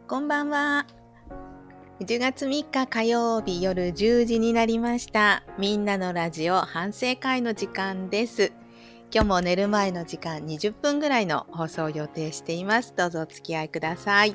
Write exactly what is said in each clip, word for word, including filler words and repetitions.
こんばんは。じゅうがつみっか火曜日夜じゅうじになりました。みんなのラジオ反省会の時間です。今日も寝る前の時間にじゅっぷんぐらいの放送を予定しています。どうぞお付き合いください。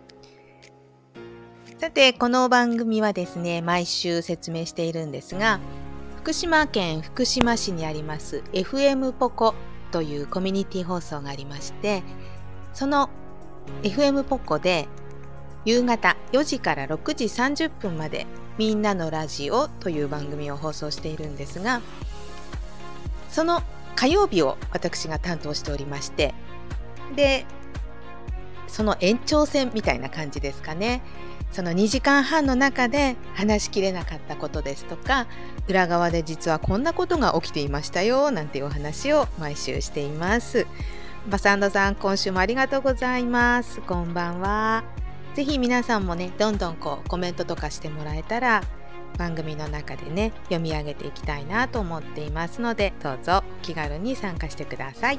さて、この番組はですね、毎週説明しているんですが、福島県福島市にあります エフエム ポコというコミュニティ放送がありまして、その エフエム ポコで夕方よじからろくじさんじゅっぷんまでみんなのラジオという番組を放送しているんですが、その火曜日を私が担当しておりまして、でその延長戦みたいな感じですかね。そのにじかんはんの中で話しきれなかったことですとか、裏側で実はこんなことが起きていましたよなんていうお話を毎週しています。バサンドさん、今週もありがとうございます。こんばんは。ぜひ皆さんもね、どんどんこうコメントとかしてもらえたら番組の中でね、読み上げていきたいなと思っていますので、どうぞ気軽に参加してください。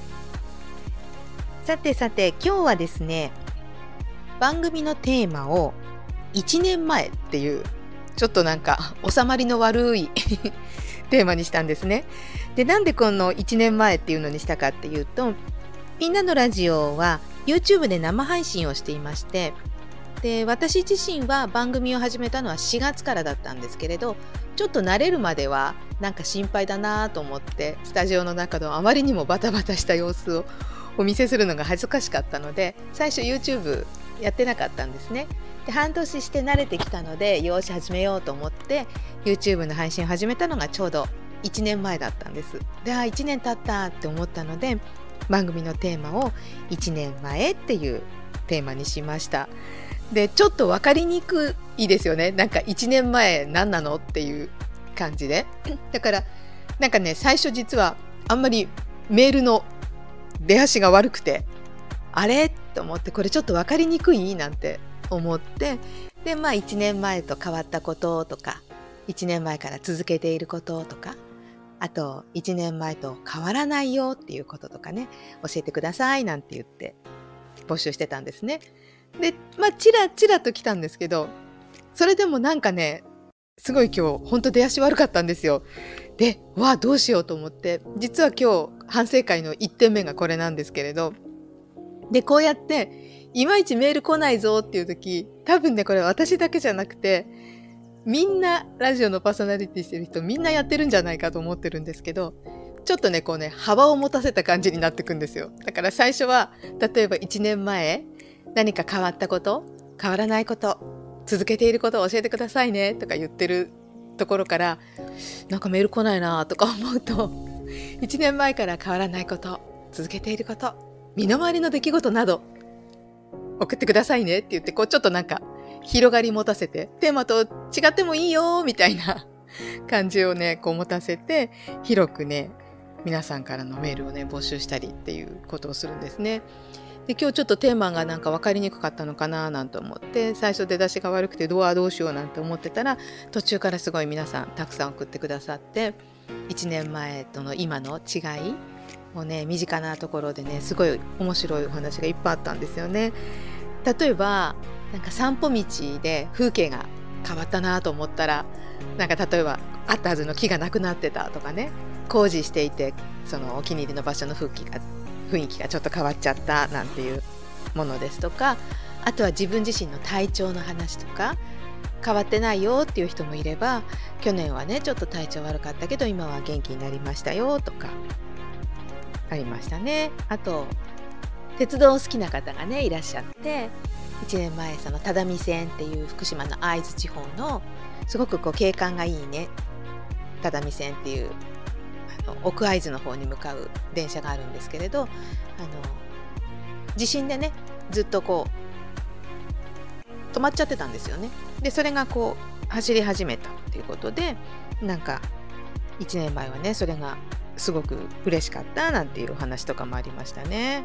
さてさて、今日はですね、番組のテーマをいちねんまえっていうちょっとなんか収まりの悪いテーマにしたんですね。で、なんでこのいちねんまえっていうのにしたかっていうと、みんなのラジオは YouTube で生配信をしていまして、で私自身は番組を始めたのはしがつからだったんですけれど、ちょっと慣れるまではなんか心配だなと思って、スタジオの中のあまりにもバタバタした様子をお見せするのが恥ずかしかったので、最初 YouTube やってなかったんですね。で半年して慣れてきたので、よし始めようと思って YouTube の配信を始めたのがちょうどいちねんまえだったんです。で、あ、いちねん経ったって思ったので、番組のテーマをいちねんまえっていうテーマにしました。で、ちょっと分かりにくいですよね。なんかいちねんまえ何なのっていう感じで。だからなんかね、最初実はあんまりメールの出足が悪くて、あれと思って、これちょっと分かりにくいなんて思って、でまあいちねんまえと変わったこととか、いちねんまえから続けていることとか、あといちねんまえと変わらないよっていうこととかね、教えてくださいなんて言って募集してたんですね。でまあチラチラと来たんですけど、それでもなんかね、すごい今日本当出足悪かったんですよ。で、わあどうしようと思って、実は今日反省会のいってんめがこれなんですけれど、でこうやっていまいちメール来ないぞっていう時、多分ねこれ私だけじゃなくて、みんなラジオのパーソナリティしてる人みんなやってるんじゃないかと思ってるんですけど、ちょっとねこうね幅を持たせた感じになってくんですよ。だから最初は例えばいちねんまえ何か変わったこと、変わらないこと、続けていることを教えてくださいねとか言ってるところから、なんかメール来ないなとか思うと、いちねんまえから変わらないこと、続けていること、身の回りの出来事など送ってくださいねって言って、こうちょっとなんか広がり持たせて、テーマと違ってもいいよみたいな感じをねこう持たせて、広くね皆さんからのメールをね募集したりっていうことをするんですね。で今日ちょっとテーマがなんか分かりにくかったのかななんて思って、最初出だしが悪くてどうどうしようなんて思ってたら、途中からすごい皆さんたくさん送ってくださって、いちねんまえとの今の違いもうね身近なところでね、すごい面白いお話がいっぱいあったんですよね。例えばなんか散歩道で風景が変わったなと思ったら、なんか例えばあったはずの木がなくなってたとかね、工事していてそのお気に入りの場所の雰囲気が雰囲気がちょっと変わっちゃったなんていうものですとか、あとは自分自身の体調の話とか、変わってないよっていう人もいれば、去年はねちょっと体調悪かったけど今は元気になりましたよとかありましたね。あと鉄道好きな方がねいらっしゃって、いちねんまえその只見線っていう福島の会津地方のすごくこう景観がいいね只見線っていうあの奥会津の方に向かう電車があるんですけれど、あの地震でねずっとこう止まっちゃってたんですよね。でそれがこう走り始めたっていうことで、なんかいちねんまえはねそれがすごく嬉しかったなんていうお話とかもありましたね。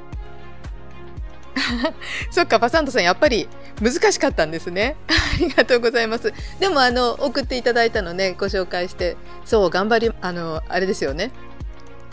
そっか、バサントさんやっぱり難しかったんですね。ありがとうございます。でもあの送っていただいたのねご紹介して、そう頑張りあのあれですよね、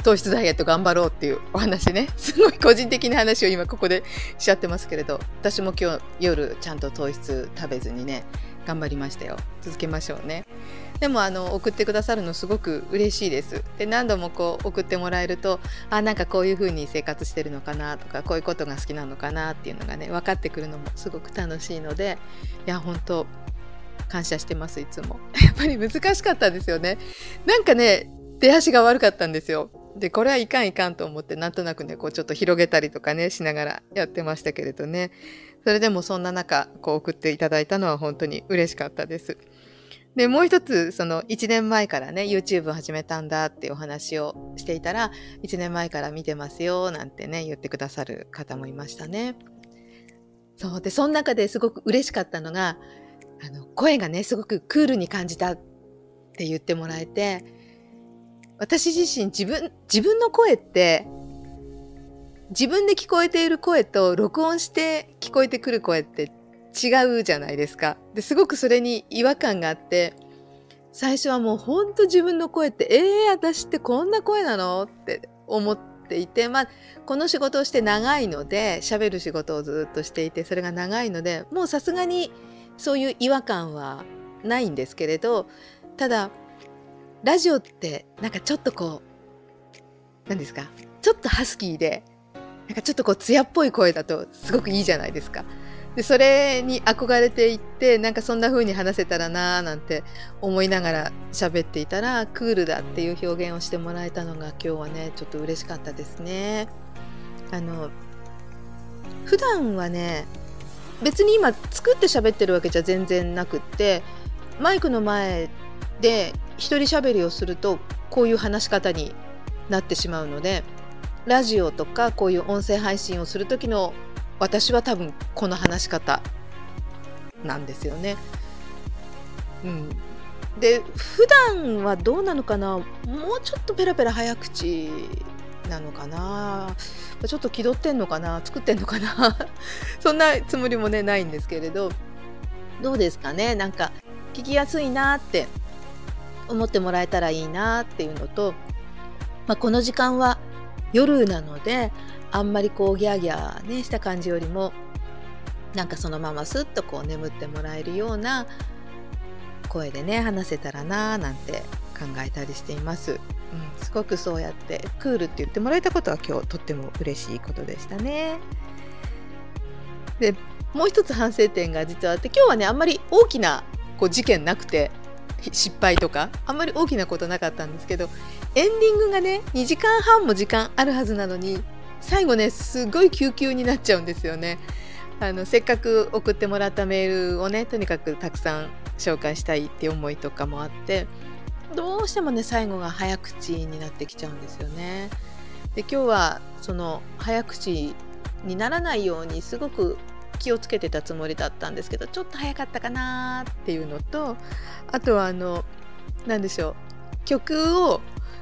糖質ダイエット頑張ろうっていうお話ね、すごい個人的な話を今ここでしちゃってますけれど、私も今日夜ちゃんと糖質食べずにね頑張りましたよ。続けましょうね。でもあの送ってくださるのすごく嬉しいです。で何度もこう送ってもらえると、あなんかこういう風に生活してるのかなとか、こういうことが好きなのかなっていうのがね分かってくるのもすごく楽しいので、いや本当感謝してます。いつもやっぱり難しかったですよね。なんかね出足が悪かったんですよ。でこれはいかんいかんと思って、なんとなくねこうちょっと広げたりとかねしながらやってましたけれどね、それでもそんな中こう送っていただいたのは本当に嬉しかったです。でもう一つ、そのいちねんまえからね YouTube を始めたんだっていうお話をしていたら、いちねんまえから見てますよなんてね言ってくださる方もいましたね。そうで、その中ですごく嬉しかったのが、あの声がねすごくクールに感じたって言ってもらえて、私自身自分自分の声って自分で聞こえている声と録音して聞こえてくる声って違うじゃないですか。ですごくそれに違和感があって、最初はもうほんと自分の声ってえー、私ってこんな声なのって思っていて、まあこの仕事をして長いので、喋る仕事をずっとしていてそれが長いので、もうさすがにそういう違和感はないんですけれど、ただラジオってなんかちょっとこう何ですか、ちょっとハスキーでなんかちょっとこう艶っぽい声だとすごくいいじゃないですか。でそれに憧れていって、なんかそんな風に話せたらなーなんて思いながら喋っていたら、クールだっていう表現をしてもらえたのが今日はねちょっと嬉しかったですね。あの普段はね別に今作って喋ってるわけじゃ全然なくって、マイクの前で一人喋りをするとこういう話し方になってしまうので、ラジオとかこういう音声配信をする時の私は多分この話し方なんですよね。うん、で普段はどうなのかな、もうちょっとペラペラ早口なのかな、ちょっと気取ってんのかな、作ってんのかなそんなつもりもねないんですけれど、どうですかね。なんか聞きやすいなって思ってもらえたらいいなっていうのと、まあ、この時間は夜なのであんまりこうギャーギャーねした感じよりも、なんかそのままスッとこう眠ってもらえるような声でね話せたらなーなんて考えたりしています。うん、すごくそうやってクールって言ってもらえたことは今日とっても嬉しいことでしたね。でもう一つ反省点が実はあって、今日はねあんまり大きなこう事件なくて、失敗とかあんまり大きなことなかったんですけど、エンディングがねにじかんはんも時間あるはずなのに、最後ねすごい急遽になっちゃうんですよね。あのせっかく送ってもらったメールをねとにかくたくさん紹介したいっていう思いとかもあって、どうしてもね最後が早口になってきちゃうんですよね。で今日はその早口にならないようにすごく気をつけてたつもりだったんですけど、ちょっと早かったかなっていうのと、あとはあの何でしょう、曲を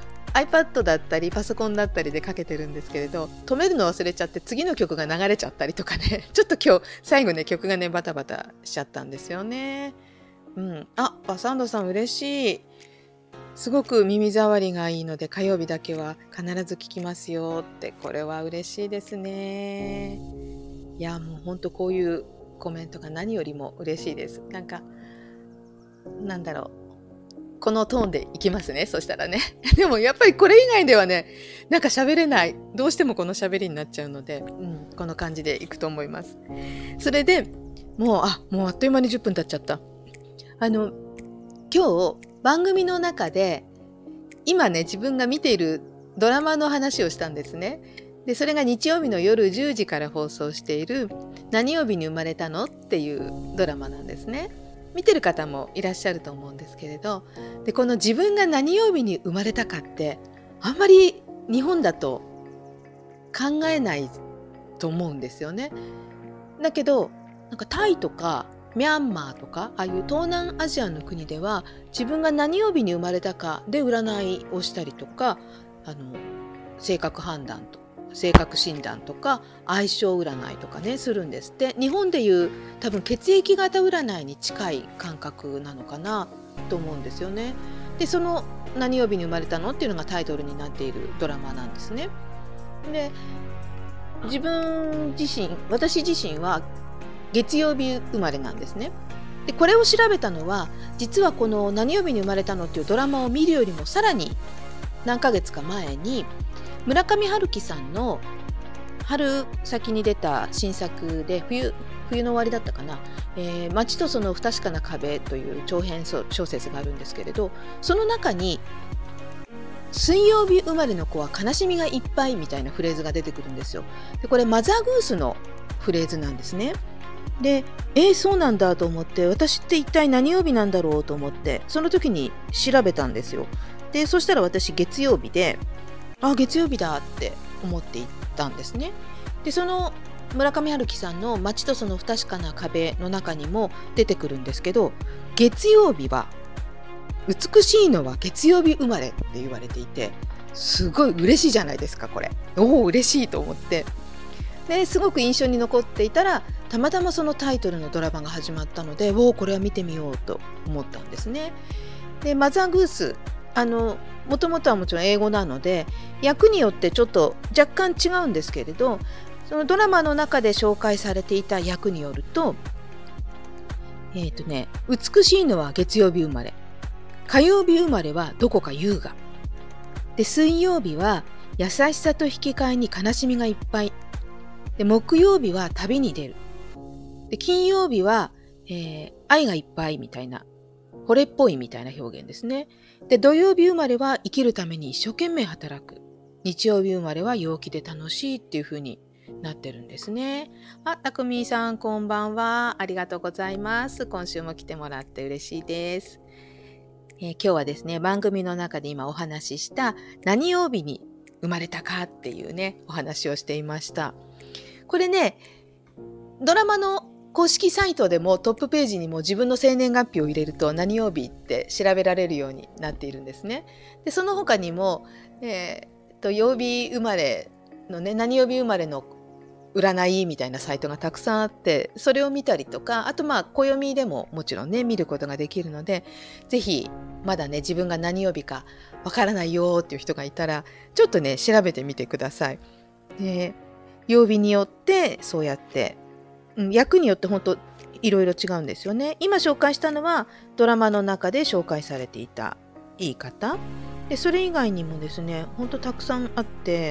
iPad だったりパソコンだったりでかけてるんですけれど、止めるの忘れちゃって次の曲が流れちゃったりとかねちょっと今日最後ね曲がねバタバタしちゃったんですよね。うん、あ、バサンドさん嬉しい。すごく耳障りがいいので火曜日だけは必ず聞きますよって、これは嬉しいですね。いやもうほんとこういうコメントが何よりも嬉しいです。なんかなんだろう、このトーンでいきますね、そしたらねでもやっぱりこれ以外ではねなんか喋れない、どうしてもこの喋りになっちゃうので、うん、この感じでいくと思います。それでもうあもうあっという間にじゅっぷん経っちゃった。あの今日番組の中で今ね自分が見ているドラマの話をしたんですね。でそれが日曜日の夜じゅうじから放送している何曜日に生まれたのっていうドラマなんですね。見てる方もいらっしゃると思うんですけれど、でこの自分が何曜日に生まれたかってあんまり日本だと考えないと思うんですよね。だけどなんかタイとかミャンマーとかああいう東南アジアの国では自分が何曜日に生まれたかで占いをしたりとか、あの性格判断と性格診断とか相性占いとかねするんですって。日本でいう多分血液型占いに近い感覚なのかなと思うんですよね。 でその何曜日に生まれたのっていうのがタイトルになっているドラマなんですね。で自分自身私自身は月曜日生まれなんですね。でこれを調べたのは実はこの何曜日に生まれたのっていうドラマを見るよりもさらに何ヶ月か前に村上春樹さんの春先に出た新作で冬冬の終わりだったかな、えー、街とその不確かな壁という長編小説があるんですけれど、その中に水曜日生まれの子は悲しみがいっぱいみたいなフレーズが出てくるんですよ。でこれマザーグースのフレーズなんですね。でえー、そうなんだと思って、私って一体何曜日なんだろうと思ってその時に調べたんですよ。でそしたら私月曜日で、あ月曜日だって思っていったんですね。でその村上春樹さんの街とその不確かな壁の中にも出てくるんですけど、月曜日は美しいのは月曜日生まれって言われていて、すごい嬉しいじゃないですかこれ。おお嬉しいと思って、ですごく印象に残っていたらたまたまそのタイトルのドラマが始まったので、おおこれは見てみようと思ったんですね。でマザーグースあのもともとはもちろん英語なので役によってちょっと若干違うんですけれど、そのドラマの中で紹介されていた役によると、えっとね美しいのは月曜日生まれ、火曜日生まれはどこか優雅で、水曜日は優しさと引き換えに悲しみがいっぱいで、木曜日は旅に出るで、金曜日は、えー愛がいっぱいみたいな惚れっぽいみたいな表現ですね。で土曜日生まれは生きるために一生懸命働く、日曜日生まれは陽気で楽しいっていう風になってるんですね。あ、たくみーさんこんばんは、ありがとうございます。今週も来てもらって嬉しいです。えー今日はですね番組の中で今お話しした何曜日に生まれたかっていうねお話をしていました。これねドラマの公式サイトでもトップページにも自分の生年月日を入れると何曜日って調べられるようになっているんですね。でその他にも、えー、と曜日生まれのね何曜日生まれの占いみたいなサイトがたくさんあって、それを見たりとか、あとまあ暦でももちろんね見ることができるので、ぜひまだね自分が何曜日かわからないよっていう人がいたらちょっとね調べてみてください。で曜日によってそうやってうん役によって本当いろいろ違うんですよね。今紹介したのはドラマの中で紹介されていた言い方で、それ以外にもですね本当たくさんあって、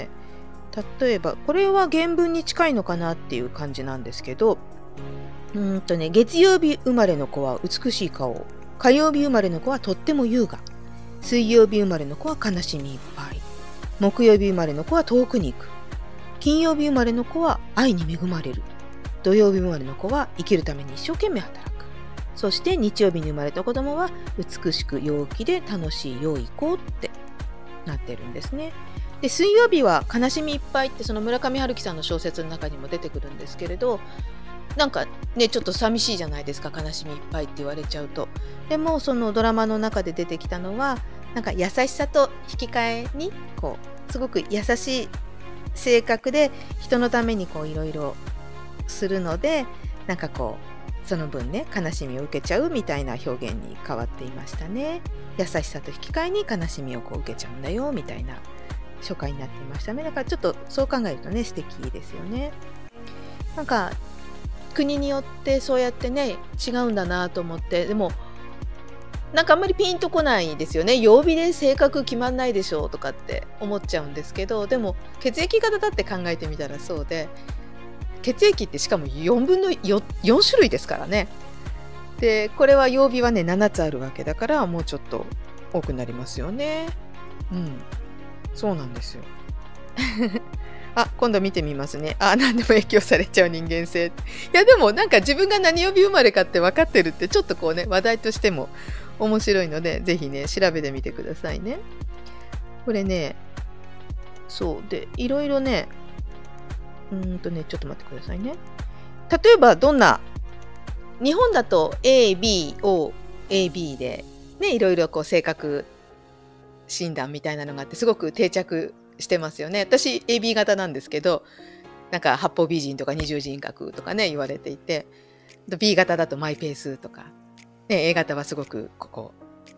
例えばこれは原文に近いのかなっていう感じなんですけど、うーんとね月曜日生まれの子は美しい顔、火曜日生まれの子はとっても優雅、水曜日生まれの子は悲しみいっぱい、木曜日生まれの子は遠くに行く、金曜日生まれの子は愛に恵まれる、土曜日生まれの子は生きるために一生懸命働く、そして日曜日に生まれた子供は美しく陽気で楽しい良い子ってなってるんですね。で水曜日は悲しみいっぱいってその村上春樹さんの小説の中にも出てくるんですけれど、なんかねちょっと寂しいじゃないですか、悲しみいっぱいって言われちゃうと。でもそのドラマの中で出てきたのはなんか優しさと引き換えにこうすごく優しい性格で人のためにこういろいろするので、なんかこうその分ね悲しみを受けちゃうみたいな表現に変わっていましたね。優しさと引き換えに悲しみをこう受けちゃうんだよみたいな初回になっていましたね。だからちょっとそう考えるとね素敵ですよね。なんか国によってそうやってね違うんだなと思って、でもなんかあんまりピンとこないですよね。曜日で性格決まんないでしょうとかって思っちゃうんですけど、でも血液型だって考えてみたらそうで、血液ってしかもよんぶんの よん, よん種類ですからね。でこれは曜日はねななつあるわけだからもうちょっと多くなりますよね。うんそうなんですよ。あ、今度見てみますね。あ、何でも影響されちゃう人間性。いやでもなんか自分が何曜日生まれかって分かってるってちょっとこうね話題としても面白いので、ぜひね調べてみてくださいね。これね、そうでいろいろね、うーんとねちょっと待ってくださいね。例えばどんな日本だと エービーオーエービー でねいろいろこう性格診断みたいなのがあってすごく定着してますよね。私 エービー 型なんですけど、なんか八方美人とか二重人格とかね言われていて、ビー 型だとマイペースとか、ね、エー 型はすごくここ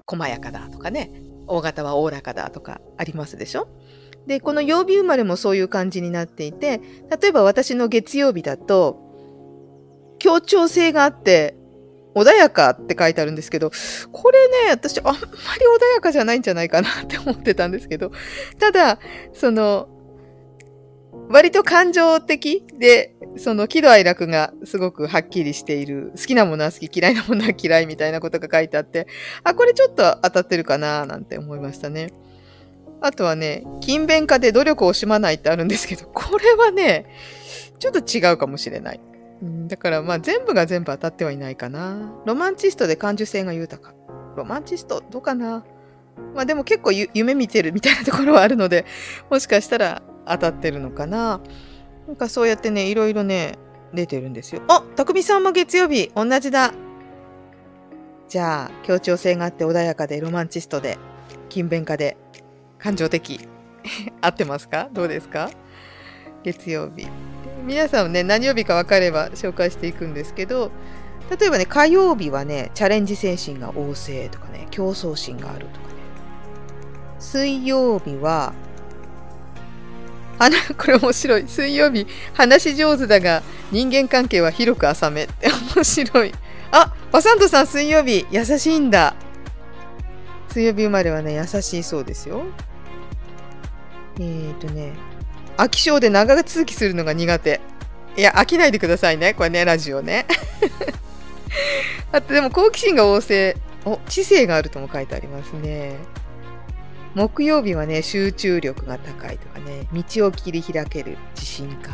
細やかだとかね、大型はおおらかだとかありますでしょ。で、この曜日生まれもそういう感じになっていて、例えば私の月曜日だと、協調性があって、穏やかって書いてあるんですけど、これね、私あんまり穏やかじゃないんじゃないかなって思ってたんですけど、ただ、その、割と感情的で、その喜怒哀楽がすごくはっきりしている、好きなものは好き、嫌いなものは嫌いみたいなことが書いてあって、あ、これちょっと当たってるかななんて思いましたね。あとはね、勤勉家で努力を惜しまないってあるんですけど、これはね、ちょっと違うかもしれない。うん、だからまあ全部が全部当たってはいないかな。ロマンチストで感受性が豊か。ロマンチストどうかな。まあでも結構夢見てるみたいなところはあるので、もしかしたら当たってるのかな。なんかそうやってね、いろいろね、出てるんですよ。あ、たくみさんも月曜日、同じだ。じゃあ、協調性があって穏やかで、ロマンチストで、勤勉家で、感情的。合ってますか？どうですか？月曜日。皆さんね、何曜日か分かれば紹介していくんですけど、例えばね、火曜日はね、チャレンジ精神が旺盛とかね、競争心があるとかね。水曜日は、あの、これ面白い。水曜日、話し上手だが、人間関係は広く浅めって面白い。あ、ワサントさん水曜日、優しいんだ。水曜日生まれはね、優しいそうですよ。えーとね、飽き性で長続きするのが苦手。いや、飽きないでくださいね。これね、ラジオね。あと、でも好奇心が旺盛。お、知性があるとも書いてありますね。木曜日はね、集中力が高いとかね、道を切り開ける自信家。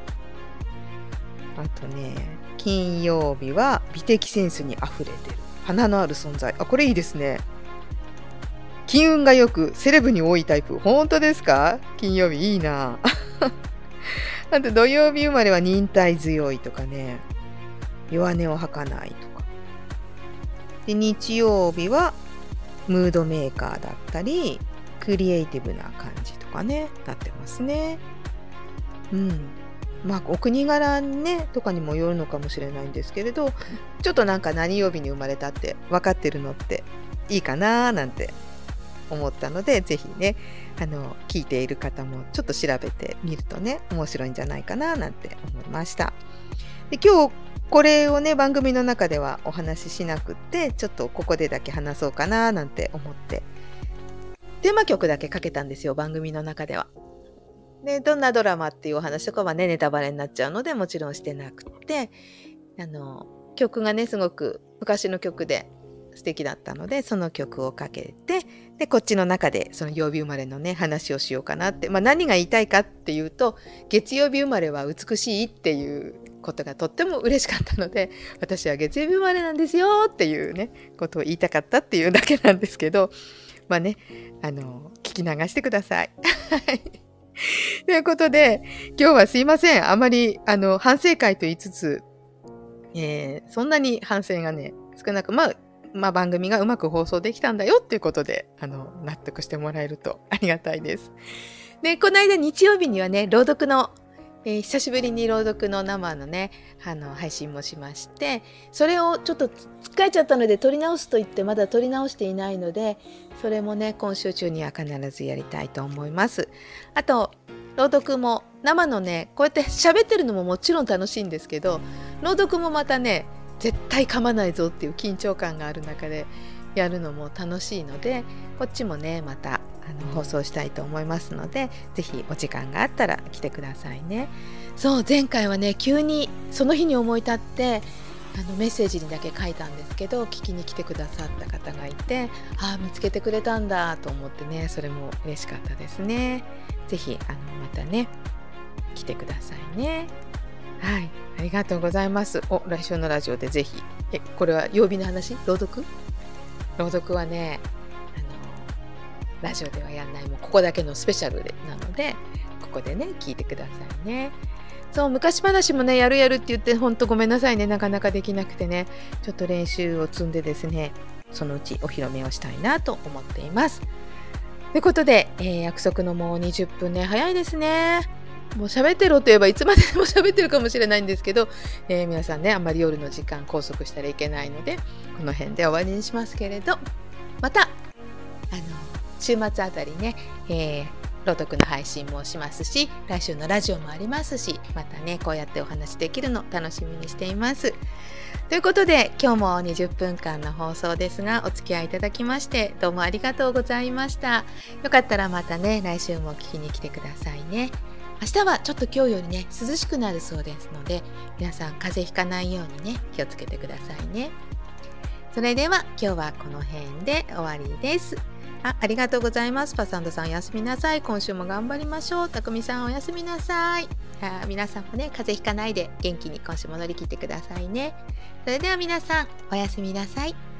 あとね、金曜日は美的センスにあふれてる。花のある存在。あ、これいいですね。金運がよく、セレブに多いタイプ。本当ですか？金曜日いいな。あと土曜日生まれは忍耐強いとかね、弱音を吐かないとか。で、日曜日はムードメーカーだったり、クリエイティブな感じとかね、なってますね。うん。まあ、お国柄ね、とかにもよるのかもしれないんですけれど、ちょっとなんか何曜日に生まれたって分かってるのっていいかななんて思ったので、ぜひね、あの、聞いている方もちょっと調べてみるとね、面白いんじゃないかななんて思いました。で、今日、これをね、番組の中ではお話ししなくって、ちょっとここでだけ話そうかななんて思って、テーマ曲だけかけたんですよ、番組の中では。で、どんなドラマっていうお話とかはね、ネタバレになっちゃうので、もちろんしてなくって、あの、曲がね、すごく昔の曲で素敵だったので、その曲をかけて、で、こっちの中でその曜日生まれのね、話をしようかなって。まあ何が言いたいかっていうと、月曜日生まれは美しいっていうことがとっても嬉しかったので、私は月曜日生まれなんですよっていうね、ことを言いたかったっていうだけなんですけど、まあね、あの、聞き流してください。はい。ということで、今日はすいません。あまり、あの、反省会と言いつつ、えー、そんなに反省がね、少なく、まあ、まあ番組がうまく放送できたんだよっていうことで、あの、納得してもらえるとありがたいです。で、この間日曜日にはね、朗読の、えー、久しぶりに朗読の生のね、あの、配信もしまして、それをちょっと疲れちゃったので撮り直すと言ってまだ撮り直していないので、それもね、今週中には必ずやりたいと思います。あと、朗読も生のね、こうやって喋ってるのももちろん楽しいんですけど、朗読もまたね、絶対噛まないぞっていう緊張感がある中でやるのも楽しいので、こっちもね、またあの放送したいと思いますので、ぜひお時間があったら来てくださいね。そう、前回はね、急にその日に思い立ってあのメッセージにだけ書いたんですけど、聞きに来てくださった方がいて、ああ見つけてくれたんだと思ってね、それも嬉しかったですね。ぜひあのまたね来てくださいね。はい、ありがとうございます。お、来週のラジオでぜひ。え、これは曜日の話？朗読？朗読はね、あのラジオではやんない、もうここだけのスペシャルでなので、ここでね聞いてくださいね。そう、昔話もね、やるやるって言って、ほんとごめんなさいね、なかなかできなくてね、ちょっと練習を積んでですね、そのうちお披露目をしたいなと思っています。ということで、えー、約束のもうにじゅっぷんね、早いですね。もう喋ってろといえばいつまででも喋ってるかもしれないんですけど、えー、皆さんね、あんまり夜の時間拘束したらいけないので、この辺で終わりにしますけれど、また週末あたりね、えー朗読の配信もしますし、来週のラジオもありますし、またねこうやってお話できるの楽しみにしています。ということで今日もにじゅっぷんかんの放送ですが、お付き合いいただきましてどうもありがとうございました。よかったらまたね来週も聞きに来てくださいね。明日はちょっと今日よりね涼しくなるそうですので、皆さん風邪ひかないようにね気をつけてくださいね。それでは今日はこの辺で終わりです。あ、ありがとうございます。パサンドさんおやすみなさい。今週も頑張りましょう。たくみさんおやすみなさい。あ、皆さんもね風邪ひかないで元気に今週も乗り切ってくださいね。それでは皆さんおやすみなさい。